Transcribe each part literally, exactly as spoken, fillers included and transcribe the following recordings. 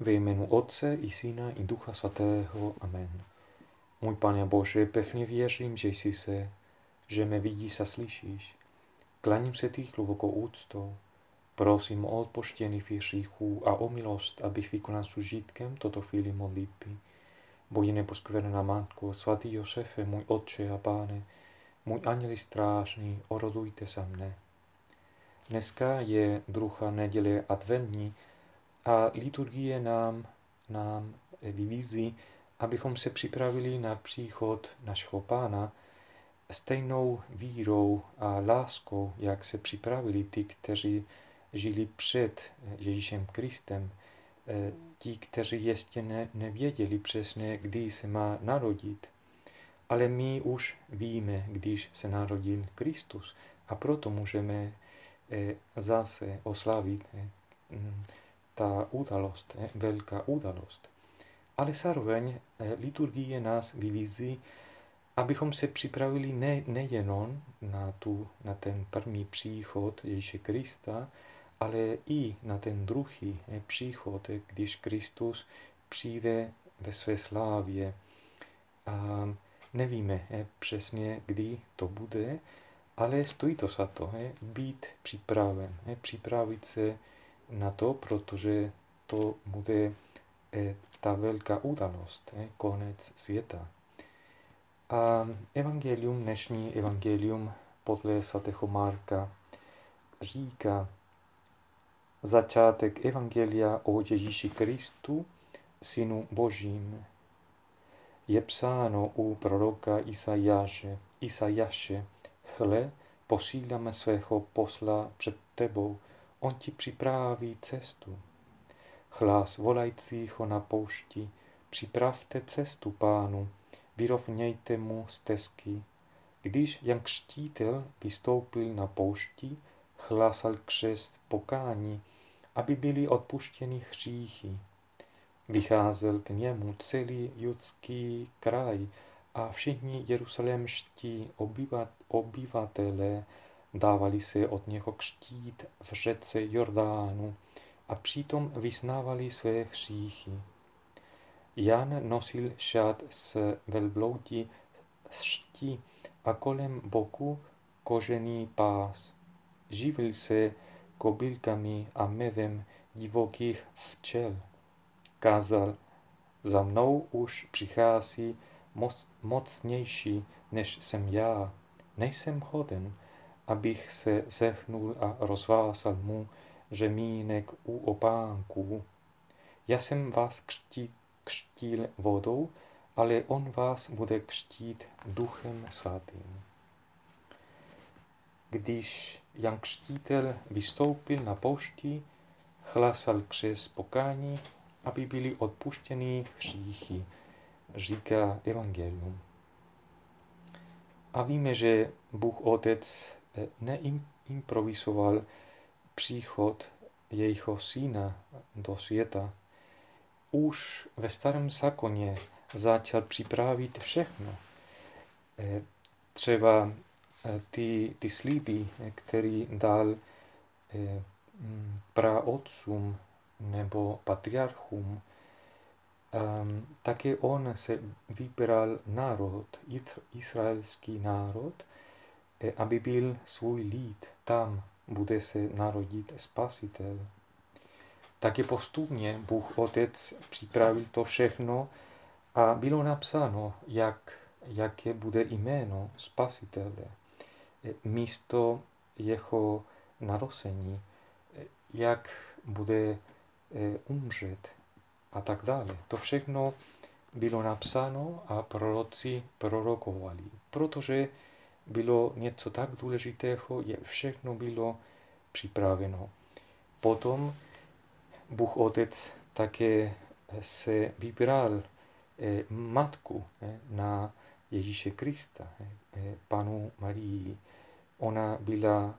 Ve jménu Otce i Syna i Ducha Svatého. Amen. Můj Pane Bože, pevně věřím, že jsi se, že mě vidíš a slyšíš. Klaním se ti hlubokou úctou. Prosím o odpuštění hříchů a o milost, abych vykonal s užitkem toto chvíli modlitby. Bože neposkvrněná Matko, svatý Josefe, můj Otče a Páne, můj anděli strážný, orodujte za mne. Dneska je druhá neděle adventní a liturgie nám, nám vybízí, abychom se připravili na příchod našeho Pána stejnou vírou a láskou, jak se připravili ti, kteří žili před Ježíšem Kristem, ti, kteří ještě ne, nevěděli přesně, kdy se má narodit. Ale my už víme, když se narodil Kristus, a proto můžeme zase oslavit ta událost, velká událost. Ale zároveň liturgie nás vybízí, abychom se připravili ne, nejenom na, tu, na ten první příchod Ježíše Krista, ale i na ten druhý příchod, když Kristus přijde ve své slávě. A nevíme přesně, kdy to bude, ale stojí to za to, být připraven, připravit se na to, protože to bude ta velká událost, konec světa. A evangelium, dnešní evangelium podle svatého Marka říká, začátek evangelia o Ježíši Kristu, Synu Božím. Je psáno u proroka Isajáše, Isajáše, hle, posíláme svého posla před tebou, on ti připraví cestu. Hlas volajícího na poušti, připravte cestu Pánu, vyrovnějte mu stezky. Když Jan Křtitel vystoupil na poušti, hlásal křest pokání, aby byly odpuštěny hříchy. Vycházel k němu celý judský kraj a všichni jeruzalémští obyvatelé dávali se od něho křtít v řece Jordánu a přitom vyznávali své hříchy. Jan nosil šat s velbloudí šti a kolem boku kožený pás. Živil se kobylkami a medem divokých včel. Kázal, za mnou už přichází moc, mocnější, než jsem já. Nejsem hoden, abych se zehnul a rozvázal mu řemínek u opánků. Já jsem vás křtí, křtil vodou, ale on vás bude křtít Duchem Svatým. Když Jan Křtitel vystoupil na poušti, hlásal křest pokání, aby byly odpuštěny hříchy, říká evangelium. A víme, že Bůh Otec neimprovizoval příchod jejího syna do světa. Už ve starém zákoně začal připravit všechno. Třeba ty, ty sliby, který dal praotcům nebo patriarchům, um, také on se vybral národ, izraelský národ, aby byl svůj lid, tam bude se narodit Spasitel. Také postupně Bůh Otec připravil to všechno a bylo napsáno, jak, jaké bude jméno Spasitele, místo jeho narození, jak bude umřet a tak dále. To všechno bylo napsáno a proroci prorokovali, protože bylo něco tak důležitého, že všechno bylo připraveno. Potom Bůh Otec také se vybral matku na Ježíše Krista, Panu Marii. Ona byla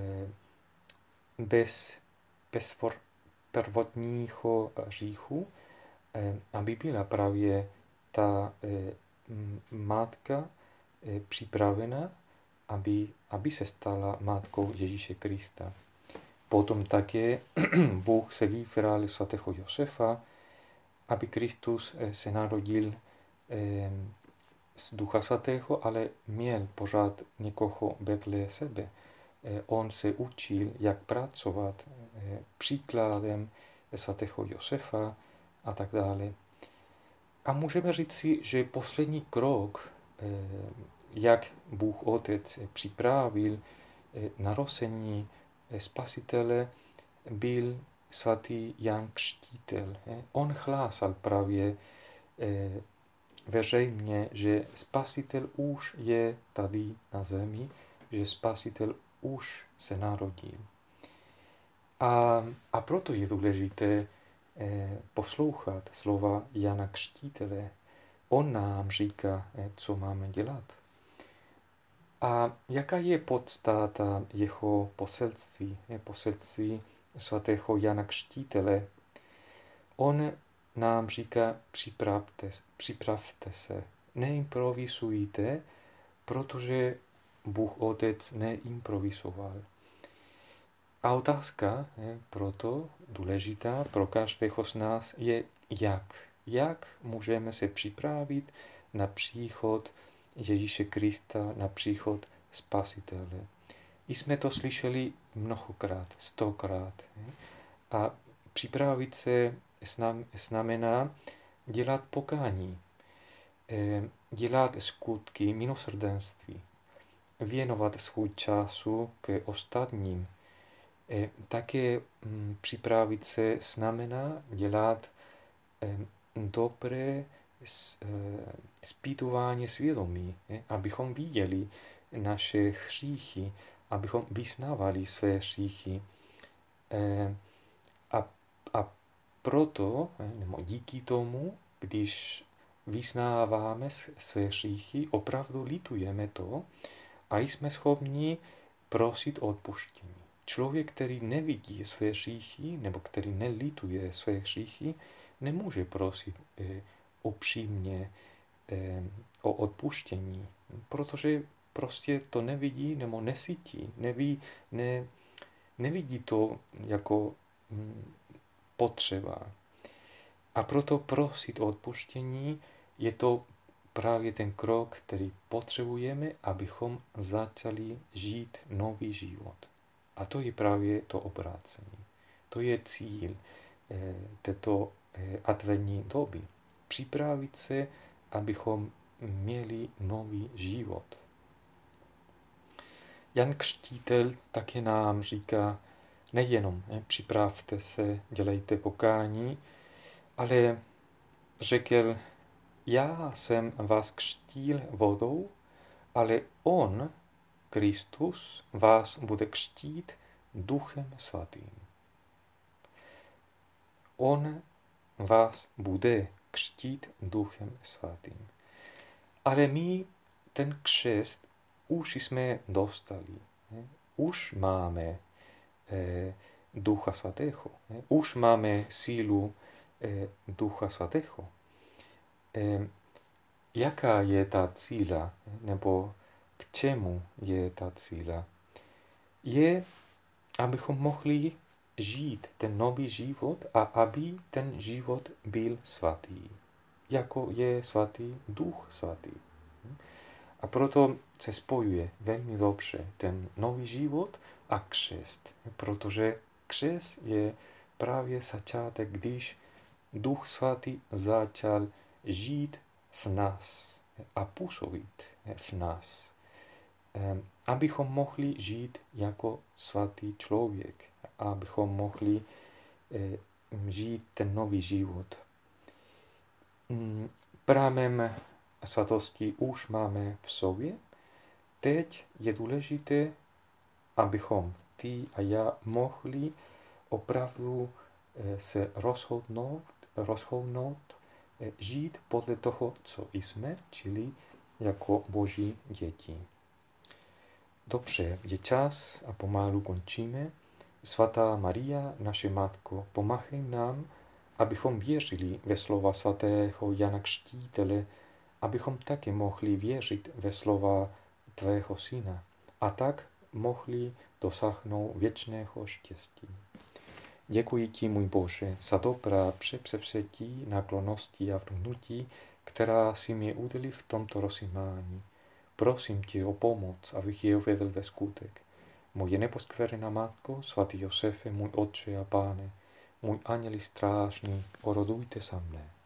bez, bez prvotního hříchu, aby byla právě ta matka připravena, aby, aby se stala matkou Ježíše Krista. Potom také Bůh se vybral svatého Josefa, aby Kristus se narodil z Ducha Svatého, ale měl pořád někoho vedle sebe. On se učil, jak pracovat příkladem svatého Josefa a tak dále. A můžeme říci, že poslední krok, jak Bůh Otec připravil narození Spasitele, byl svatý Jan Křtitel. On hlásal právě veřejně, že Spasitel už je tady na zemi, že Spasitel už se narodil. A, a proto je důležité eh, poslouchat slova Jana Křtitele. On nám říká, eh, co máme dělat. A jaká je podstata jeho poselství, je poselství svatého Jana Křtitele? On nám říká, připravte, připravte se, neimprovizujte, protože Bůh Otec neimprovizoval. A otázka je proto důležitá pro každého z nás je jak. Jak můžeme se připravit na příchod Ježíše Krista, na příchod Spasitele. I jsme to slyšeli mnohokrát, stokrát. A připravit se znamená dělat pokání, dělat skutky milosrdenství, věnovat svůj času k ostatním. Také připravit se znamená dělat dobré zpytování svědomí, abychom viděli naše hříchy, abychom vyznávali své hříchy. A, a proto, nebo díky tomu, když vyznáváme své hříchy, opravdu litujeme to a jsme schopni prosit o odpuštění. Člověk, který nevidí své hříchy, nebo který nelituje své hříchy, nemůže prosit eh, upřímně eh, o odpuštění, protože prostě to nevidí nebo nesítí, neví, ne, nevidí to jako hm, potřeba. A proto prosit o odpuštění je to právě ten krok, který potřebujeme, abychom začali žít nový život. A to je právě to obrácení. To je cíl eh, této eh, adventní doby. Připravit se, abychom měli nový život. Jan Křtitel také nám říká, nejenom eh, připravte se, dělejte pokání, ale řekl, já jsem vás křtil vodou, ale on, Kristus, vás bude křtít Duchem Svatým. On vás bude křtít Duchem Svatým. Ale my ten křest už jsme dostali. Už máme eh, Ducha Svatého. Už máme sílu eh, Ducha Svatého. Eh, jaká je ta cíla, nebo k čemu je ta cíla? Je, abychom mohli žít ten nový život a aby ten život byl svatý. Jako je svatý Duch Svatý. A proto se spojuje velmi dobře ten nový život a křest. Protože křest je právě začátek, když Duch Svatý začal žít v nás a působit v nás. Abychom mohli žít jako svatý člověk, abychom mohli žít ten nový život. Prámem svatosti už máme v sobě. Teď je důležité, abychom ty a já mohli opravdu se rozhodnout, rozhodnout žít podle toho, co jsme, čili jako Boží děti. Dobře, je čas a pomalu končíme. Svatá Maria, naše Matko, pomáhej nám, abychom věřili ve slova svatého Jana Křtitele, abychom také mohli věřit ve slova tvého syna a tak mohli dosáhnout věčného štěstí. Děkuji ti, můj Bože, za dobrá přepřevzetí, náklonnosti a vnutí, která si mě udělil v tomto rozjímání. Prosím tě o pomoc, abych je uvedl ve skutek. Moje neposkvrněná matko, svatý Josefe, můj otče a páne, můj anděli strážný, orodujte za mne.